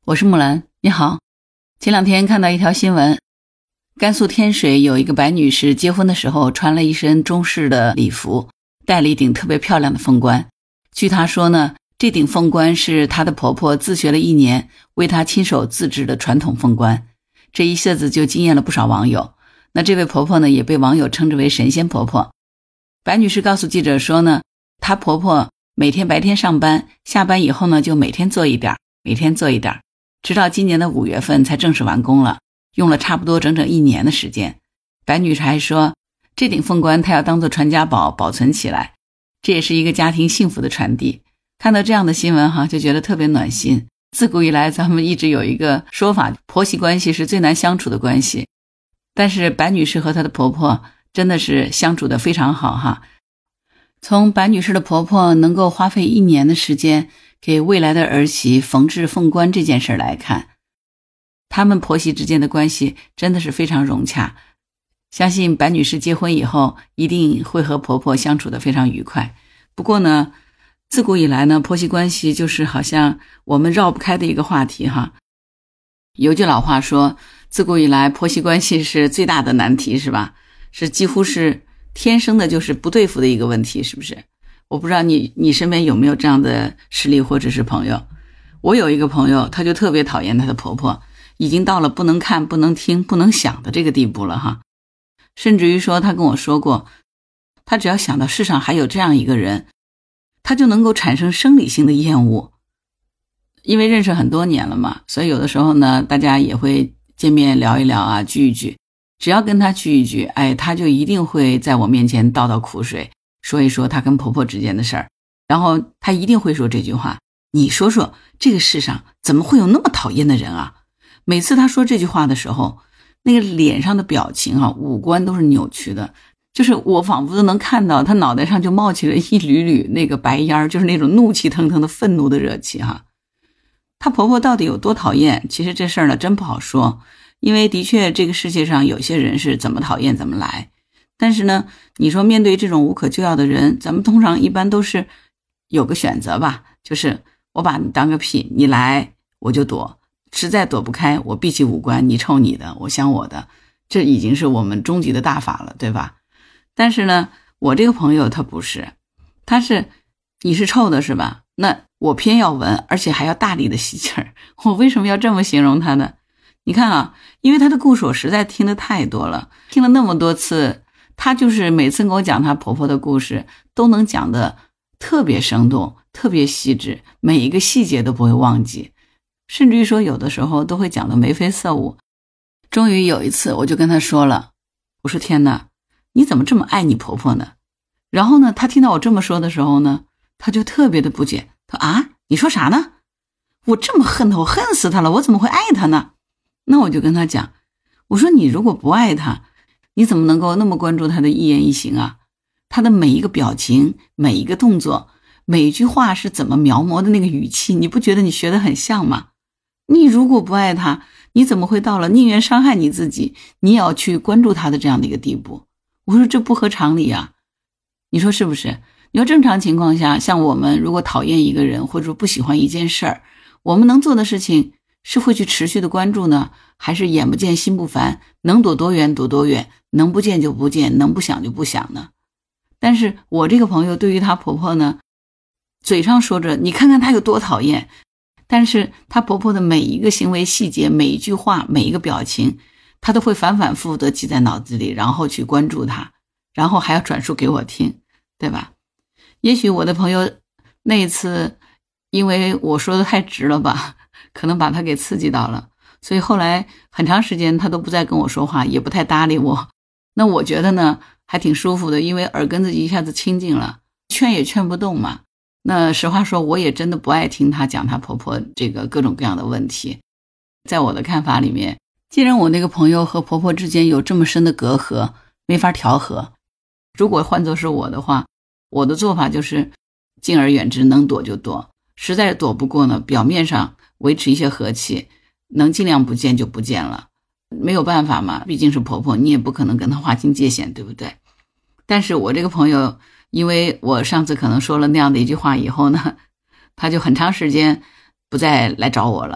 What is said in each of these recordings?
我是木兰，你好。前两天看到一条新闻，甘肃天水有一个白女士结婚的时候穿了一身中式的礼服，戴了一顶特别漂亮的凤冠。据她说呢，这顶凤冠是她的婆婆自学了1年，为她亲手自制的传统凤冠。这一下子就惊艳了不少网友。那这位婆婆呢，也被网友称之为神仙婆婆。白女士告诉记者说呢，她婆婆每天白天上班，下班以后呢就每天做一点，每天做一点，直到今年的5月份才正式完工了，用了差不多整整1年的时间。白女士还说，这顶凤冠她要当作传家宝保存起来，这也是一个家庭幸福的传递。看到这样的新闻就觉得特别暖心。自古以来咱们一直有一个说法，婆媳关系是最难相处的关系，但是白女士和她的婆婆真的是相处得非常好从白女士的婆婆能够花费1年的时间给未来的儿媳缝制凤冠这件事来看，她们婆媳之间的关系真的是非常融洽。相信白女士结婚以后一定会和婆婆相处得非常愉快。不过呢，自古以来呢，婆媳关系就是好像我们绕不开的一个话题有句老话说，自古以来婆媳关系是最大的难题，是吧？是几乎是天生的就是不对付的一个问题，是不是？我不知道你身边有没有这样的实例或者是朋友。我有一个朋友，她就特别讨厌她的婆婆，已经到了不能看不能听不能想的这个地步了甚至于说，她跟我说过，她只要想到世上还有这样一个人，她就能够产生生理性的厌恶。因为认识很多年了嘛，所以有的时候呢，大家也会见面聊一聊聚一聚。只要跟她聚一聚，她就一定会在我面前倒倒苦水，说一说她跟婆婆之间的事儿。然后她一定会说这句话，你说说这个世上怎么会有那么讨厌的人啊？每次她说这句话的时候，那个脸上的表情五官都是扭曲的，就是我仿佛都能看到她脑袋上就冒起了一缕缕那个白烟，就是那种怒气腾腾的愤怒的热气她婆婆到底有多讨厌，其实这事儿呢真不好说。因为的确这个世界上有些人是怎么讨厌怎么来，但是呢，你说面对这种无可救药的人，咱们通常一般都是有个选择吧，就是我把你当个屁，你来我就躲，实在躲不开，我闭起五官，你臭你的，我香我的，这已经是我们终极的大法了，对吧？但是呢，我这个朋友他不是，他是你是臭的是吧？那我偏要闻，而且还要大力的吸气儿。我为什么要这么形容他呢？你看因为他的故事我实在听得太多了，听了那么多次，他就是每次跟我讲他婆婆的故事，都能讲得特别生动，特别细致，每一个细节都不会忘记，甚至于说有的时候都会讲得眉飞色舞。终于有一次我就跟他说了，我说天哪，你怎么这么爱你婆婆呢？然后呢，他听到我这么说的时候呢，他就特别的不解，他说你说啥呢？我这么恨她，我恨死她了，我怎么会爱她呢？那我就跟他讲，我说你如果不爱她，你怎么能够那么关注她的一言一行她的每一个表情，每一个动作，每一句话是怎么描摹的那个语气，你不觉得你学得很像吗？你如果不爱她，你怎么会到了宁愿伤害你自己，你也要去关注她的这样的一个地步？我说这不合常理你说是不是？你说正常情况下，像我们如果讨厌一个人，或者说不喜欢一件事儿，我们能做的事情是会去持续的关注呢，还是眼不见心不烦，能躲多远躲多远，能不见就不见，能不想就不想呢？但是我这个朋友对于她婆婆呢，嘴上说着你看看她有多讨厌，但是她婆婆的每一个行为细节，每一句话，每一个表情，她都会反反复复的记在脑子里，然后去关注她，然后还要转述给我听，对吧？也许我的朋友那一次因为我说的太直了吧，可能把他给刺激到了，所以后来很长时间他都不再跟我说话，也不太搭理我。那我觉得呢还挺舒服的，因为耳根子一下子清净了，劝也劝不动嘛。那实话说，我也真的不爱听她讲她婆婆这个各种各样的问题。在我的看法里面，既然我那个朋友和婆婆之间有这么深的隔阂，没法调和，如果换作是我的话，我的做法就是敬而远之，能躲就躲，实在躲不过呢，表面上维持一些和气，能尽量不见就不见了，没有办法嘛，毕竟是婆婆，你也不可能跟她划清界限，对不对？但是我这个朋友，因为我上次可能说了那样的一句话以后呢，他就很长时间不再来找我了。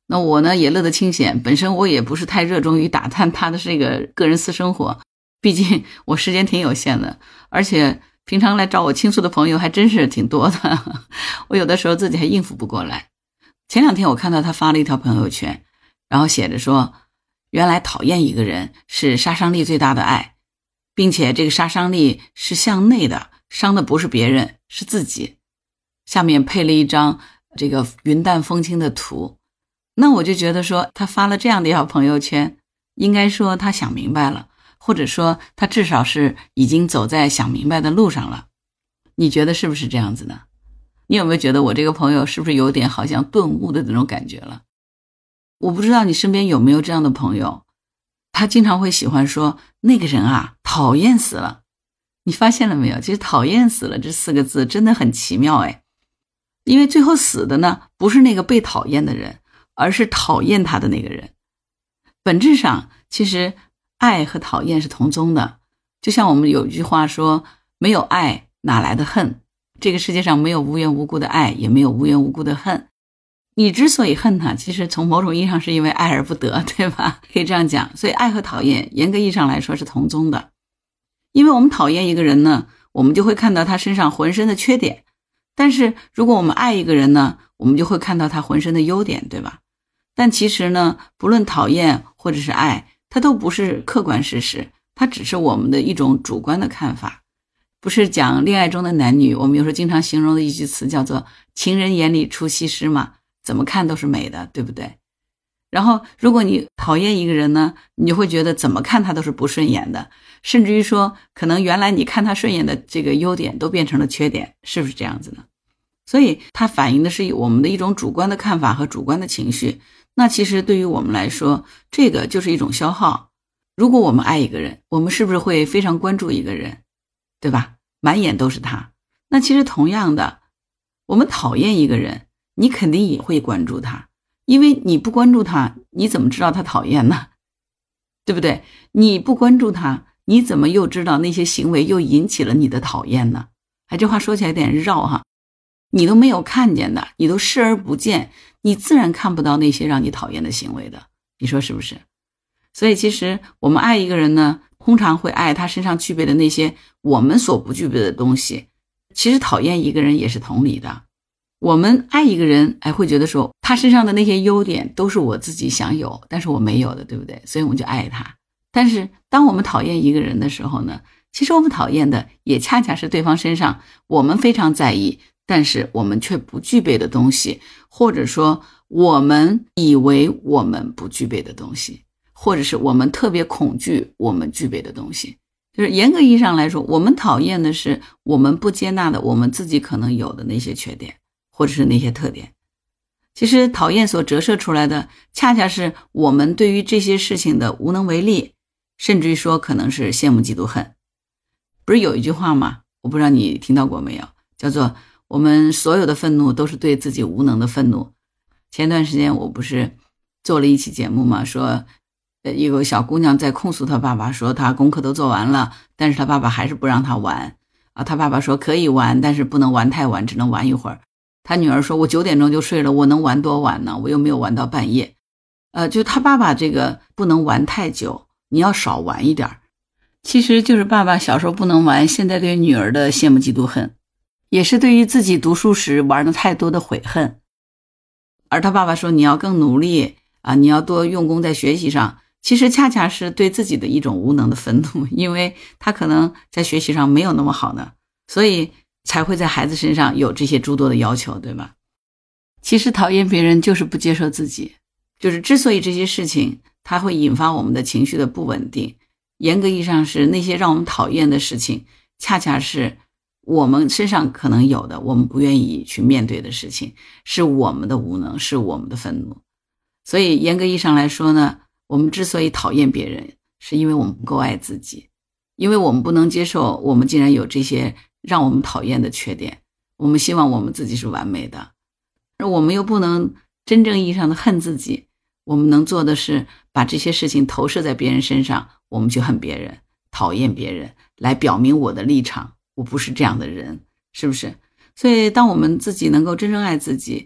那我呢也乐得清闲，本身我也不是太热衷于打探他的这个个人私生活，毕竟我时间挺有限的，而且平常来找我倾诉的朋友还真是挺多的，我有的时候自己还应付不过来。前2天我看到他发了一条朋友圈，然后写着说，原来讨厌一个人是杀伤力最大的爱，并且这个杀伤力是向内的，伤的不是别人，是自己。下面配了一张这个云淡风轻的图，那我就觉得说他发了这样的一条朋友圈，应该说他想明白了，或者说他至少是已经走在想明白的路上了。你觉得是不是这样子呢？你有没有觉得我这个朋友是不是有点好像顿悟的那种感觉了？我不知道你身边有没有这样的朋友，他经常会喜欢说那个人啊讨厌死了。你发现了没有？其实讨厌死了这4个字真的很奇妙哎，因为最后死的呢不是那个被讨厌的人，而是讨厌他的那个人。本质上其实爱和讨厌是同宗的，就像我们有一句话说，没有爱哪来的恨，这个世界上没有无缘无故的爱，也没有无缘无故的恨。你之所以恨他，其实从某种意义上是因为爱而不得，对吧？可以这样讲，所以爱和讨厌严格意义上来说是同宗的。因为我们讨厌一个人呢，我们就会看到他身上浑身的缺点，但是如果我们爱一个人呢，我们就会看到他浑身的优点，对吧？但其实呢，不论讨厌或者是爱，它都不是客观事实，它只是我们的一种主观的看法。不是讲恋爱中的男女，我们有时候经常形容的一句词叫做情人眼里出西施嘛，怎么看都是美的，对不对？然后如果你讨厌一个人呢，你就会觉得怎么看他都是不顺眼的，甚至于说可能原来你看他顺眼的这个优点都变成了缺点，是不是这样子呢？所以它反映的是我们的一种主观的看法和主观的情绪。那其实对于我们来说，这个就是一种消耗。如果我们爱一个人，我们是不是会非常关注一个人，对吧？满眼都是他。那其实同样的，我们讨厌一个人，你肯定也会关注他，因为你不关注他，你怎么知道他讨厌呢？对不对？你不关注他，你怎么又知道那些行为又引起了你的讨厌呢？这话说起来有点绕哈。你都没有看见的，你都视而不见，你自然看不到那些让你讨厌的行为的，你说是不是？所以其实我们爱一个人呢，通常会爱他身上具备的那些我们所不具备的东西。其实讨厌一个人也是同理的，我们爱一个人会觉得说他身上的那些优点都是我自己想有但是我没有的，对不对？所以我们就爱他。但是当我们讨厌一个人的时候呢，其实我们讨厌的也恰恰是对方身上我们非常在意但是我们却不具备的东西，或者说我们以为我们不具备的东西，或者是我们特别恐惧我们具备的东西。就是严格意义上来说，我们讨厌的是我们不接纳的我们自己可能有的那些缺点或者是那些特点。其实讨厌所折射出来的恰恰是我们对于这些事情的无能为力，甚至于说可能是羡慕嫉妒恨。不是有一句话吗？我不知道你听到过没有，叫做我们所有的愤怒都是对自己无能的愤怒。前段时间我不是做了一期节目嘛，说一个小姑娘在控诉她爸爸，说她功课都做完了，但是她爸爸还是不让她玩啊。她爸爸说可以玩，但是不能玩太晚，只能玩一会儿。她女儿说我9点钟就睡了，我能玩多晚呢？我又没有玩到半夜。就她爸爸这个不能玩太久，你要少玩一点，其实就是爸爸小时候不能玩，现在对女儿的羡慕嫉妒恨，也是对于自己读书时玩的太多的悔恨。而他爸爸说你要更努力啊，你要多用功在学习上，其实恰恰是对自己的一种无能的愤怒，因为他可能在学习上没有那么好呢，所以才会在孩子身上有这些诸多的要求，对吧？其实讨厌别人就是不接受自己，就是之所以这些事情它会引发我们的情绪的不稳定，严格意义上是那些让我们讨厌的事情恰恰是我们身上可能有的我们不愿意去面对的事情，是我们的无能，是我们的愤怒。所以严格意义上来说呢，我们之所以讨厌别人，是因为我们不够爱自己，因为我们不能接受我们竟然有这些让我们讨厌的缺点，我们希望我们自己是完美的，而我们又不能真正意义上的恨自己，我们能做的是把这些事情投射在别人身上，我们去恨别人，讨厌别人，来表明我的立场，我不是这样的人，是不是？所以当我们自己能够真正爱自己，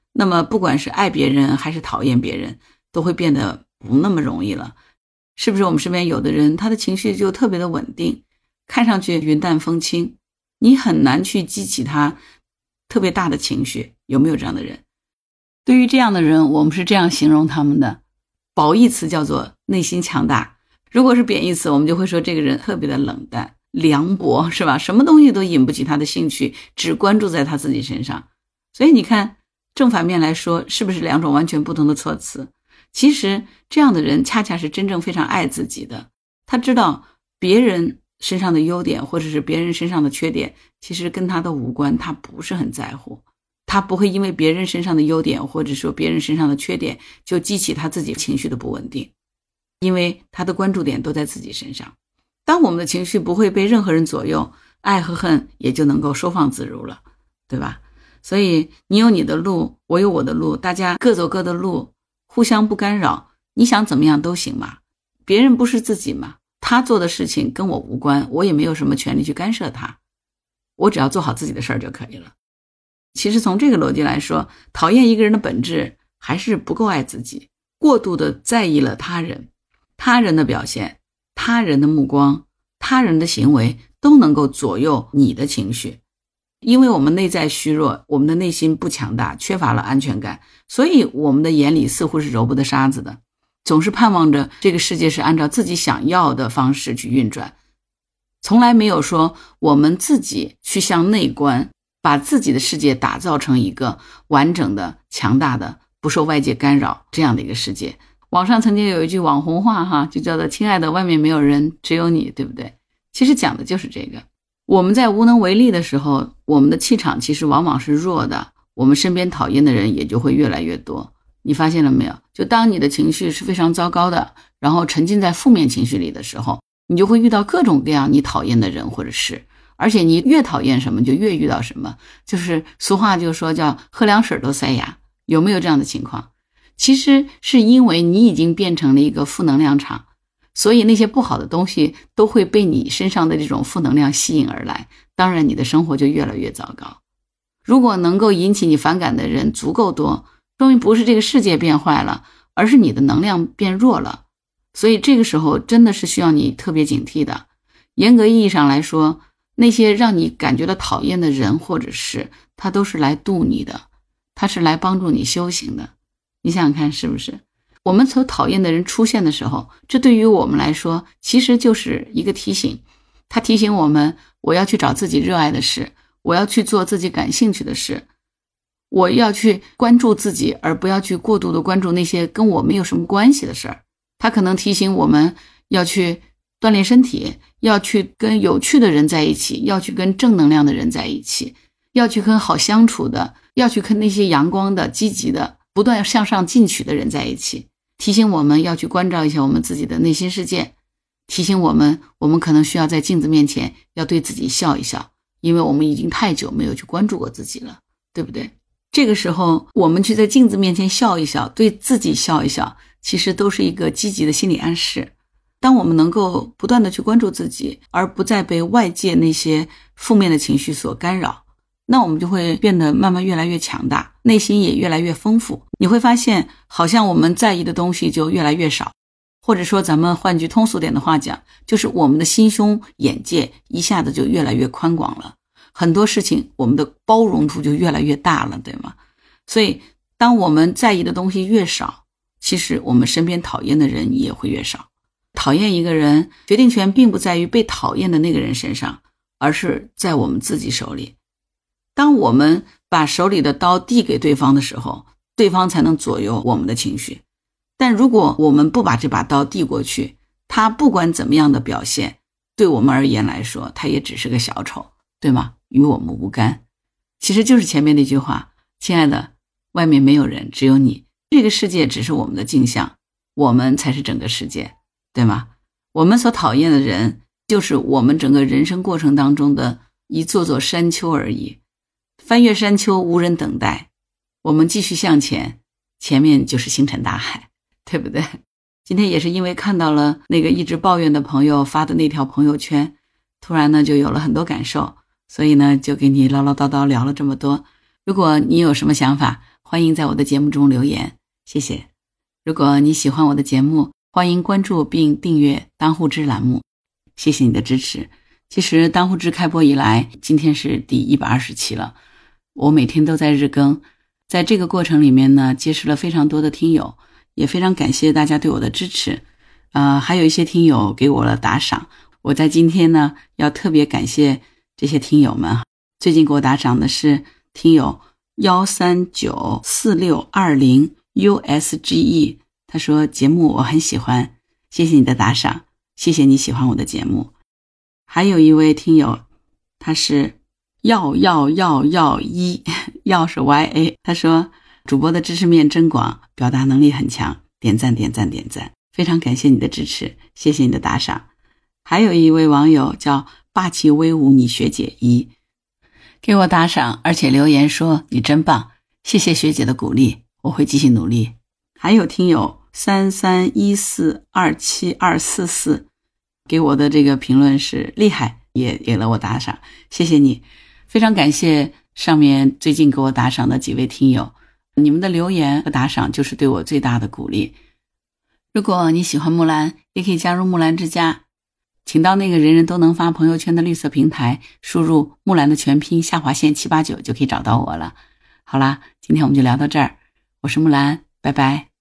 那么不管是爱别人还是讨厌别人，都会变得不那么容易了。是不是我们身边有的人他的情绪就特别的稳定，看上去云淡风轻，你很难去激起他特别大的情绪？有没有这样的人？对于这样的人，我们是这样形容他们的，褒义词叫做内心强大，如果是贬义词，我们就会说这个人特别的冷淡凉薄，是吧？什么东西都引不起他的兴趣，只关注在他自己身上。所以你看，正反面来说，是不是两种完全不同的措辞？其实这样的人恰恰是真正非常爱自己的，他知道别人身上的优点或者是别人身上的缺点其实跟他都无关，他不是很在乎，他不会因为别人身上的优点或者说别人身上的缺点就激起他自己情绪的不稳定，因为他的关注点都在自己身上。当我们的情绪不会被任何人左右，爱和恨也就能够收放自如了，对吧？所以你有你的路，我有我的路，大家各走各的路，互相不干扰，你想怎么样都行嘛。别人不是自己嘛，他做的事情跟我无关，我也没有什么权利去干涉他，我只要做好自己的事儿就可以了。其实从这个逻辑来说，讨厌一个人的本质还是不够爱自己，过度的在意了他人，他人的表现，他人的目光，他人的行为都能够左右你的情绪。因为我们内在虚弱，我们的内心不强大，缺乏了安全感，所以我们的眼里似乎是揉不得沙子的，总是盼望着这个世界是按照自己想要的方式去运转，从来没有说我们自己去向内观，把自己的世界打造成一个完整的、强大的、不受外界干扰这样的一个世界。网上曾经有一句网红话就叫做亲爱的，外面没有人，只有你，对不对？其实讲的就是这个。我们在无能为力的时候，我们的气场其实往往是弱的，我们身边讨厌的人也就会越来越多。你发现了没有？就当你的情绪是非常糟糕的，然后沉浸在负面情绪里的时候，你就会遇到各种各样你讨厌的人或者事，而且你越讨厌什么就越遇到什么，就是俗话就说叫喝凉水都塞牙，有没有这样的情况？其实是因为你已经变成了一个负能量场，所以那些不好的东西都会被你身上的这种负能量吸引而来，当然你的生活就越来越糟糕。如果能够引起你反感的人足够多，说明不是这个世界变坏了，而是你的能量变弱了，所以这个时候真的是需要你特别警惕的。严格意义上来说，那些让你感觉到讨厌的人或者是他都是来度你的，他是来帮助你修行的。你想想看是不是？我们所讨厌的人出现的时候，这对于我们来说其实就是一个提醒，他提醒我们，我要去找自己热爱的事，我要去做自己感兴趣的事，我要去关注自己，而不要去过度的关注那些跟我没有什么关系的事儿。他可能提醒我们要去锻炼身体，要去跟有趣的人在一起，要去跟正能量的人在一起，要去跟好相处的，要去跟那些阳光的、积极的、不断向上进取的人在一起，提醒我们要去关照一下我们自己的内心世界，提醒我们可能需要在镜子面前要对自己笑一笑，因为我们已经太久没有去关注过自己了，对不对？这个时候我们去在镜子面前笑一笑，对自己笑一笑，其实都是一个积极的心理暗示。当我们能够不断的去关注自己，而不再被外界那些负面的情绪所干扰，那我们就会变得慢慢越来越强大，内心也越来越丰富。你会发现好像我们在意的东西就越来越少，或者说咱们换句通俗点的话讲，就是我们的心胸眼界一下子就越来越宽广了，很多事情我们的包容度就越来越大了，对吗？所以当我们在意的东西越少，其实我们身边讨厌的人也会越少。讨厌一个人，决定权并不在于被讨厌的那个人身上，而是在我们自己手里。当我们把手里的刀递给对方的时候，对方才能左右我们的情绪。但如果我们不把这把刀递过去，他不管怎么样的表现，对我们而言来说，他也只是个小丑，对吗？与我们无干。其实就是前面那句话，亲爱的，外面没有人，只有你。这个世界只是我们的镜像，我们才是整个世界，对吗？我们所讨厌的人，就是我们整个人生过程当中的一座座山丘而已。翻越山丘无人等待，我们继续向前，前面就是星辰大海，对不对？今天也是因为看到了那个一直抱怨的朋友发的那条朋友圈，突然呢就有了很多感受，所以呢就给你唠唠叨叨聊了这么多。如果你有什么想法， 欢迎在我的节目中留言，谢谢。如果你喜欢我的节目，欢迎关注并订阅当户知栏目，谢谢你的支持。其实当户知开播以来，今天是第120期了，我每天都在日更，在这个过程里面呢，结识了非常多的听友，也非常感谢大家对我的支持。还有一些听友给我了打赏，我在今天呢要特别感谢这些听友们。最近给我打赏的是听友1394620 USGE， 他说节目我很喜欢，谢谢你的打赏，谢谢你喜欢我的节目。还有一位听友，他是要是 YA， 他说主播的知识面真广，表达能力很强，点赞点赞点赞，非常感谢你的支持，谢谢你的打赏。还有一位网友叫霸气威武你学姐一，给我打赏，而且留言说你真棒，谢谢学姐的鼓励，我会继续努力。还有听友331427244，给我的这个评论是厉害，也给了我打赏，谢谢你，非常感谢上面最近给我打赏的几位听友，你们的留言和打赏就是对我最大的鼓励。如果你喜欢木兰，也可以加入木兰之家，请到那个人人都能发朋友圈的绿色平台，输入木兰的全拼下划线789就可以找到我了。好啦，今天我们就聊到这儿，我是木兰，拜拜。